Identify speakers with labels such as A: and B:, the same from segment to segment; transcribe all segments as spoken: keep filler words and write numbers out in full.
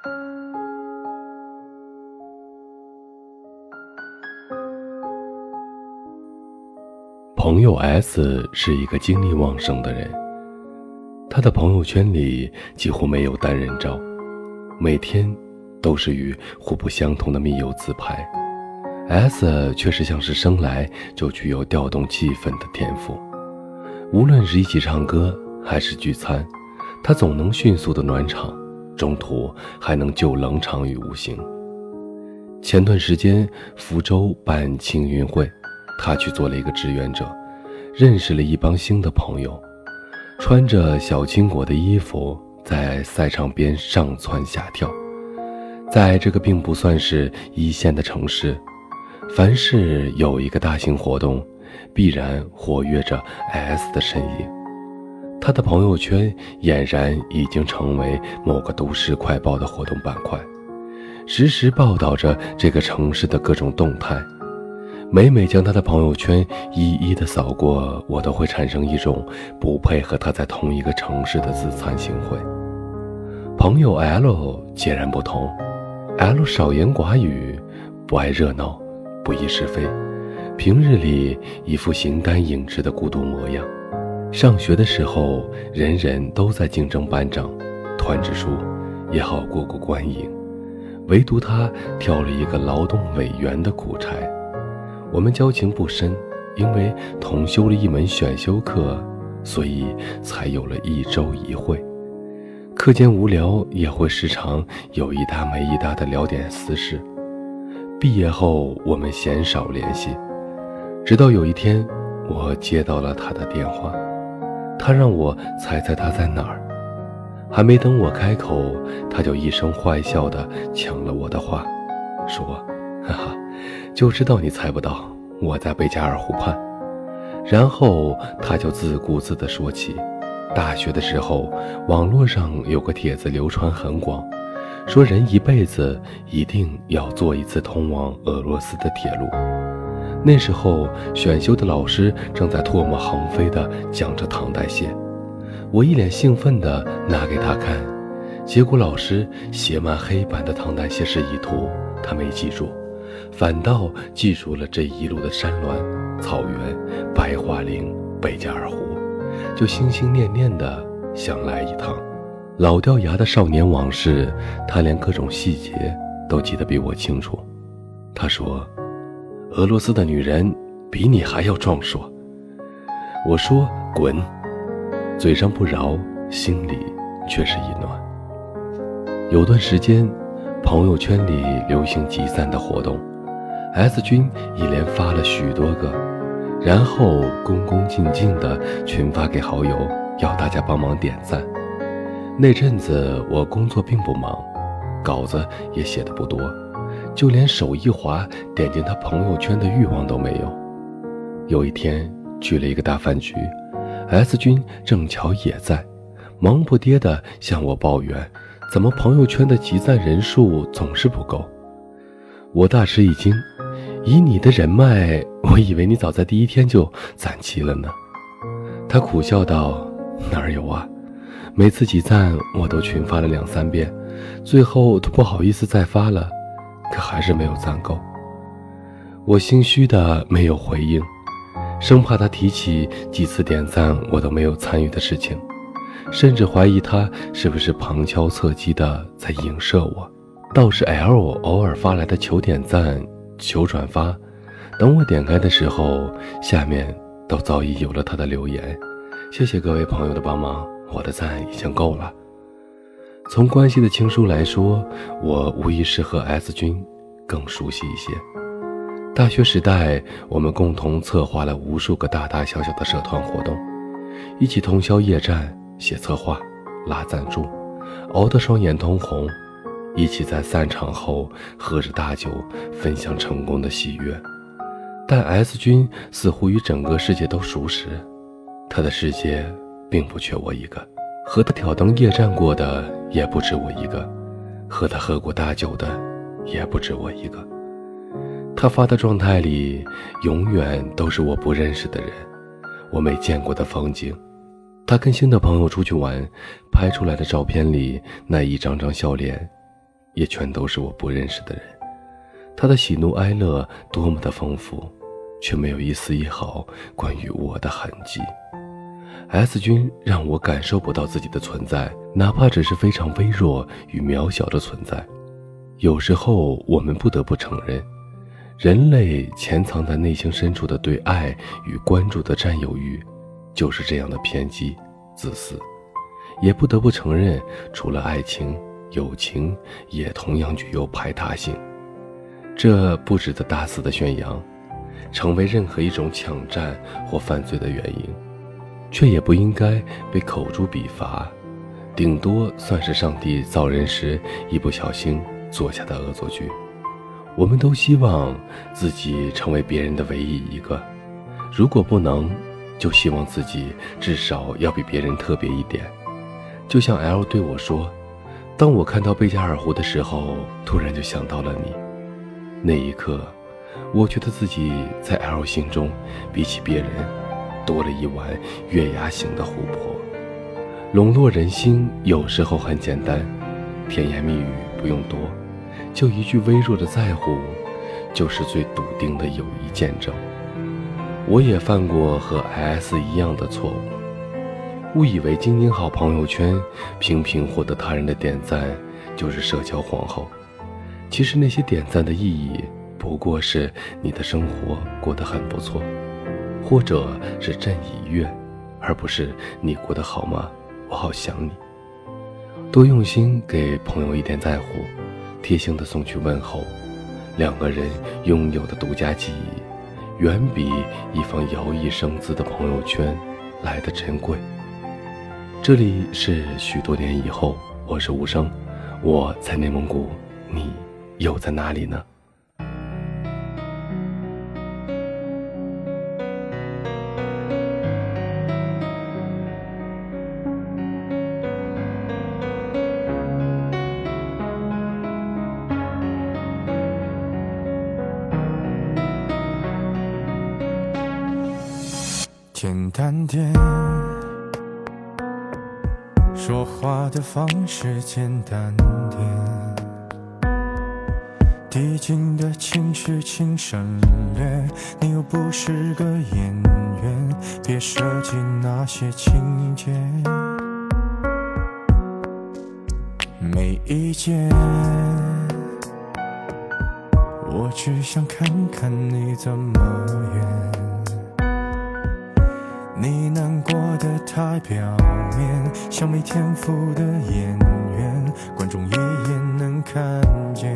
A: 朋友 S 是一个精力旺盛的人，他的朋友圈里几乎没有单人照，每天都是与互不相同的密友自拍。S 却是像是生来就具有调动气氛的天赋，无论是一起唱歌还是聚餐，他总能迅速的暖场，中途还能救冷场于无形。前段时间福州办青运会，他去做了一个志愿者，认识了一帮新的朋友，穿着小青果的衣服在赛场边上蹿下跳。在这个并不算是一线的城市，凡是有一个大型活动，必然活跃着 S 的身影。他的朋友圈俨然已经成为某个都市快报的活动板块，实时报道着这个城市的各种动态。每每将他的朋友圈一一的扫过，我都会产生一种不配和他在同一个城市的自惭形秽。朋友 L 截然不同， L 少言寡语，不爱热闹，不议是非，平日里一副形单影只的孤独模样。上学的时候，人人都在竞争班长，团支书也好过过官营，唯独他挑了一个劳动委员的苦差。我们交情不深，因为同修了一门选修课，所以才有了一周一会。课间无聊也会时常有一搭没一搭的聊点私事。毕业后我们鲜少联系，直到有一天我接到了他的电话，他让我猜猜他在哪儿。还没等我开口，他就一声坏笑地抢了我的话，说哈哈，就知道你猜不到，我在贝加尔湖畔。然后他就自顾自地说起，大学的时候网络上有个帖子流传很广，说人一辈子一定要坐一次通往俄罗斯的铁路。那时候选修的老师正在唾沫横飞地讲着唐代谢，我一脸兴奋地拿给他看，结果老师写满黑板的唐代谢示意图他没记住，反倒记住了这一路的山峦、草原、白桦林、贝加尔湖，就心心念念地想来一趟。老掉牙的少年往事，他连各种细节都记得比我清楚。他说，俄罗斯的女人比你还要壮硕。我说滚，嘴上不饶，心里却是一暖。有段时间朋友圈里流行集赞的活动， S 君一连发了许多个，然后恭恭敬敬地群发给好友，要大家帮忙点赞。那阵子我工作并不忙，稿子也写得不多，就连手一滑点进他朋友圈的欲望都没有。有一天去了一个大饭局， S 君正巧也在，忙不迭地向我抱怨，怎么朋友圈的集赞人数总是不够。我大吃一惊，以你的人脉，我以为你早在第一天就攒齐了呢。他苦笑道，哪儿有啊，每次集赞我都群发了两三遍，最后都不好意思再发了，可还是没有赞够。我心虚的没有回应，生怕他提起几次点赞我都没有参与的事情，甚至怀疑他是不是旁敲侧击的在影射我。倒是 L 偶尔发来的求点赞、求转发，等我点开的时候，下面都早已有了他的留言，谢谢各位朋友的帮忙，我的赞已经够了。从关系的亲疏来说，我无疑是和 S 君更熟悉一些。大学时代，我们共同策划了无数个大大小小的社团活动，一起通宵夜战，写策划，拉赞助，熬得双眼通红，一起在散场后喝着大酒，分享成功的喜悦。但 S 君似乎与整个世界都熟识，他的世界并不缺我一个，和他挑灯夜战过的也不止我一个，和他喝过大酒的也不止我一个。他发的状态里永远都是我不认识的人，我没见过的风景。他跟新的朋友出去玩，拍出来的照片里那一张张笑脸也全都是我不认识的人。他的喜怒哀乐多么的丰富，却没有一丝一毫关于我的痕迹。S 君让我感受不到自己的存在，哪怕只是非常微弱与渺小的存在。有时候我们不得不承认，人类潜藏在内心深处的对爱与关注的占有欲，就是这样的偏激、自私。也不得不承认，除了爱情，友情也同样具有排他性。这不值得大肆的宣扬，成为任何一种抢占或犯罪的原因，却也不应该被口诛笔伐，顶多算是上帝造人时一不小心做下的恶作剧。我们都希望自己成为别人的唯一一个，如果不能，就希望自己至少要比别人特别一点。就像 L 对我说，当我看到贝加尔湖的时候，突然就想到了你。那一刻，我觉得自己在 L 心中比起别人多了一碗月牙形的湖泊。笼络人心有时候很简单，甜言蜜语不用多，就一句微弱的在乎，就是最笃定的友谊见证。我也犯过和 S 一样的错误，误以为经营好朋友圈，频频获得他人的点赞就是社交皇后。其实那些点赞的意义不过是你的生活过得很不错，或者是朕已阅，而不是你过得好吗？我好想你。多用心给朋友一点在乎，贴心的送去问候，两个人拥有的独家记忆，远比一方摇曳生姿的朋友圈来得珍贵。这里是许多年以后，我是无声，我在内蒙古，你又在哪里呢？
B: 简单点，说话的方式简单点，递进的情绪请省略，你又不是个演员，别设计那些情节。没意见，我只想看看你怎么演。你难过的太表面，像没天赋的演员，观众一眼能看见。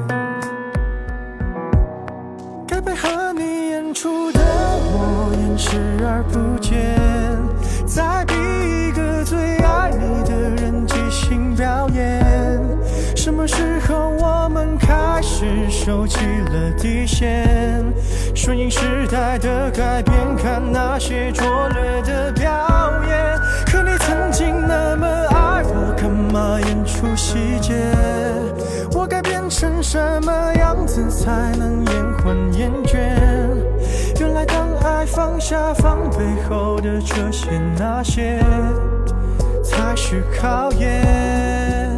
B: 该配合你演出的我演视而不见，再逼一个最爱你的人即兴表演。什么时候我们开始收起了底线，顺应时代的改变，看那些拙劣的表演。可你曾经那么爱我，干嘛演出细节？我该变成什么样子才能延缓厌倦？原来当爱放下防备后的这些那些，才是考验。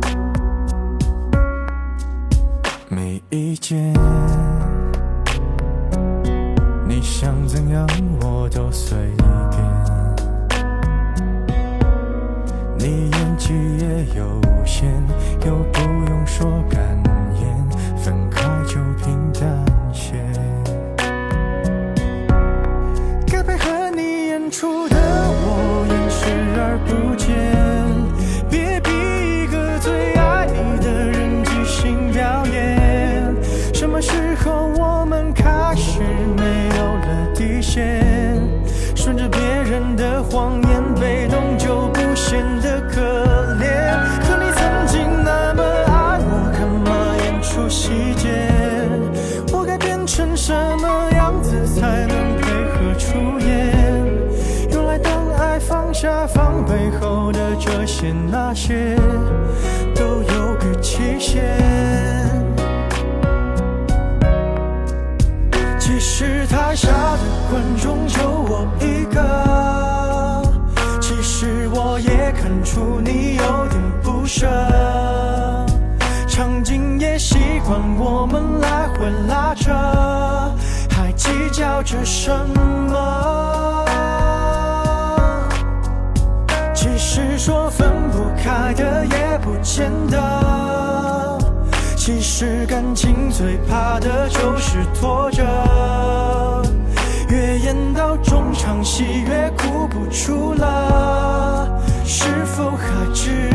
B: 没意见，你想怎样我都随便。你演技也有限，又不用说感言，分开就平淡些。该配合你演出的我演视而不见，别逼一个最爱你的人即兴表演。什么时候我们开始没有了底线，顺着别人的谎言，被动就不显得可怜。可你曾经那么爱我，干嘛演出细节？我该变成什么样子才能配合出演？原来当爱放下防备后的这些那些，都有个期限。其实台下的观众就我一个，其实我也看出你有点不舍，场景惯我们来回拉扯，还计较着什么？其实说分不开的也不见得，其实感情最怕的就是拖着，越演到中场戏越哭不出了，是否还值